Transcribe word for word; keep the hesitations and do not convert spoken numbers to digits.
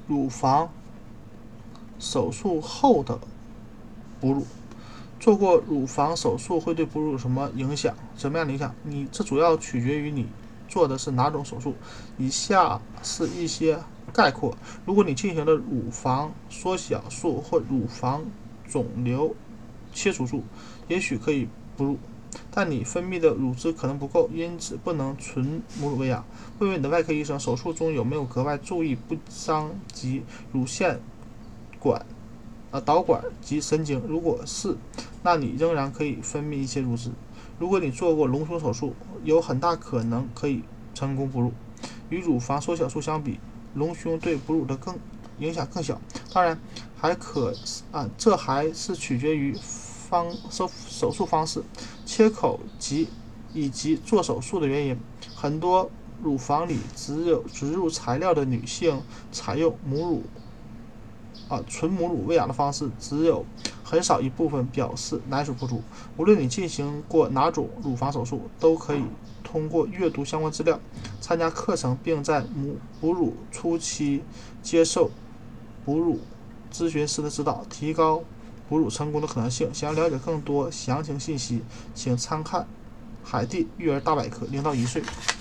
乳房手术后的哺乳。做过乳房手术会对哺乳有什么影响？什么样的影响？你这主要取决于你做的是哪种手术。以下是一些概括：如果你进行了乳房缩小术或乳房肿瘤切除术，也许可以哺乳，但你分泌的乳汁可能不够，因此不能纯母乳喂养。问问你的外科医生，手术中有没有格外注意不伤及乳腺管、呃导管及神经？如果是，那你仍然可以分泌一些乳汁。如果你做过隆胸手术，有很大可能可以成功哺乳。与乳房缩小术相比，隆胸对哺乳的更影响更小。当然，还可啊，这还是取决于方手手术方式、切口及以及做手术的原因。很多乳房里只有植入材料的女性采用母乳啊纯母乳喂养的方式，只有很少一部分表示奶水不足。无论你进行过哪种乳房手术，都可以通过阅读相关资料、参加课程，并在母哺乳初期接受哺乳咨询师的指导，提高哺乳成功的可能性。想要了解更多详情信息，请参看《海地育儿大百科》零到一岁。